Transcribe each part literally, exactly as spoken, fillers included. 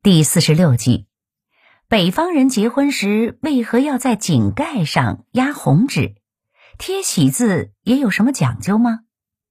第四十六集，北方人结婚时为何要在井盖上压红纸？贴喜字也有什么讲究吗？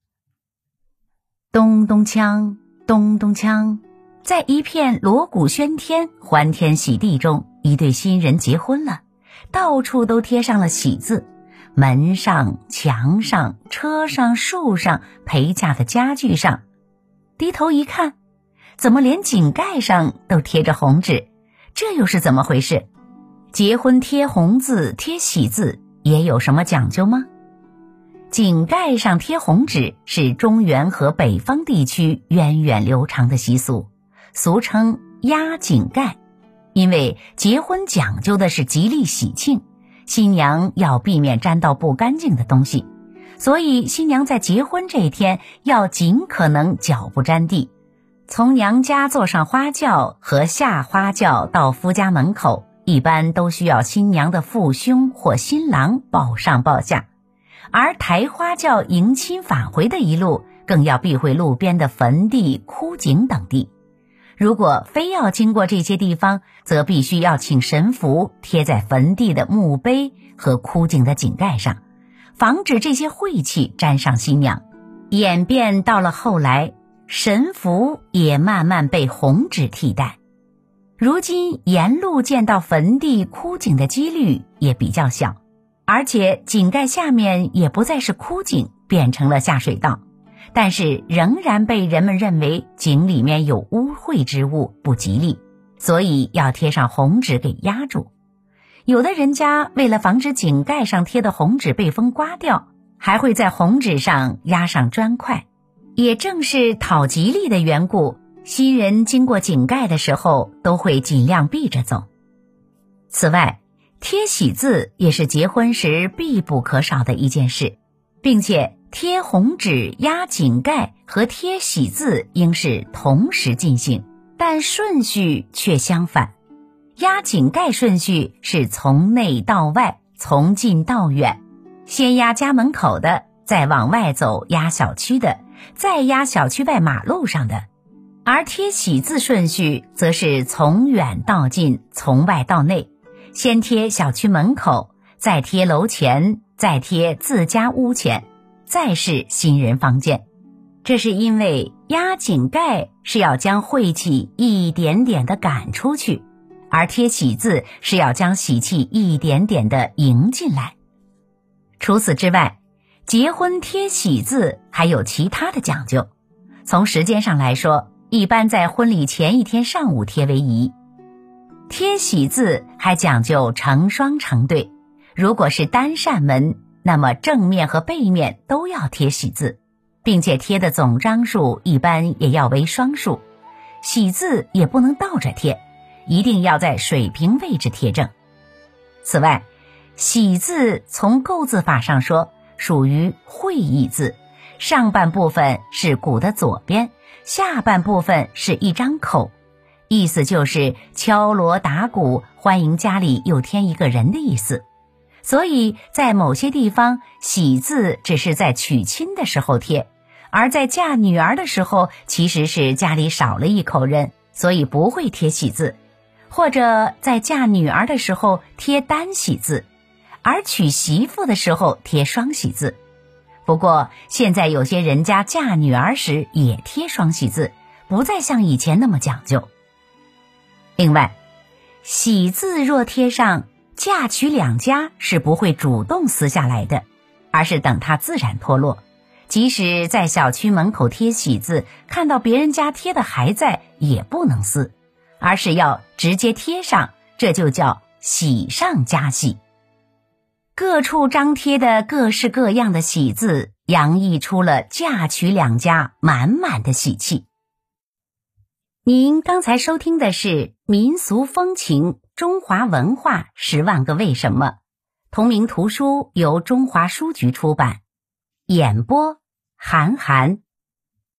咚咚锵，咚咚锵，在一片锣鼓喧天、欢天喜地中，一对新人结婚了，到处都贴上了喜字，门上、墙上、车上、树上、陪嫁的家具上。低头一看，怎么连井盖上都贴着红纸？这又是怎么回事？结婚贴红字、贴喜字也有什么讲究吗？井盖上贴红纸是中原和北方地区源远流长的习俗，俗称压井盖。因为结婚讲究的是吉利喜庆，新娘要避免沾到不干净的东西，所以新娘在结婚这一天要尽可能脚不沾地。从娘家坐上花轿和下花轿到夫家门口，一般都需要新娘的父兄或新郎抱上抱下，而抬花轿迎亲返回的一路，更要避讳路边的坟地、枯井等地。如果非要经过这些地方，则必须要请神符贴在坟地的墓碑和枯井的井盖上，防止这些晦气沾上新娘。演变到了后来，神符也慢慢被红纸替代。如今沿路见到坟地枯井的几率也比较小，而且井盖下面也不再是枯井，变成了下水道，但是仍然被人们认为井里面有污秽之物，不吉利，所以要贴上红纸给压住。有的人家为了防止井盖上贴的红纸被风刮掉，还会在红纸上压上砖块。也正是讨吉利的缘故，新人经过井盖的时候都会尽量避着走。此外，贴喜字也是结婚时必不可少的一件事，并且贴红纸、压井盖和贴喜字应是同时进行，但顺序却相反。压井盖顺序是从内到外，从近到远，先压家门口的，再往外走压小区的，再压小区外马路上的。而贴喜字顺序则是从远到近，从外到内，先贴小区门口，再贴楼前，再贴自家屋前，再是新人房间。这是因为压井盖是要将晦气一点点地赶出去，而贴喜字是要将喜气一点点地迎进来。除此之外，结婚贴喜字还有其他的讲究。从时间上来说，一般在婚礼前一天上午贴为宜。贴喜字还讲究成双成对，如果是单扇门，那么正面和背面都要贴喜字，并且贴的总张数一般也要为双数。喜字也不能倒着贴，一定要在水平位置贴正。此外，喜字从构字法上说属于会意字，上半部分是鼓的左边，下半部分是一张口，意思就是敲锣打鼓，欢迎家里又添一个人的意思。所以在某些地方，喜字只是在娶亲的时候贴，而在嫁女儿的时候，其实是家里少了一口人，所以不会贴喜字，或者在嫁女儿的时候贴单喜字，而娶媳妇的时候贴双喜字。不过现在有些人家嫁女儿时也贴双喜字，不再像以前那么讲究。另外，喜字若贴上，嫁娶两家是不会主动撕下来的，而是等它自然脱落。即使在小区门口贴喜字，看到别人家贴的还在，也不能撕，而是要直接贴上，这就叫喜上加喜。各处张贴的各式各样的喜字，洋溢出了嫁娶两家满满的喜气。您刚才收听的是民俗风情中华文化十万个为什么，同名图书由中华书局出版，演播韩寒。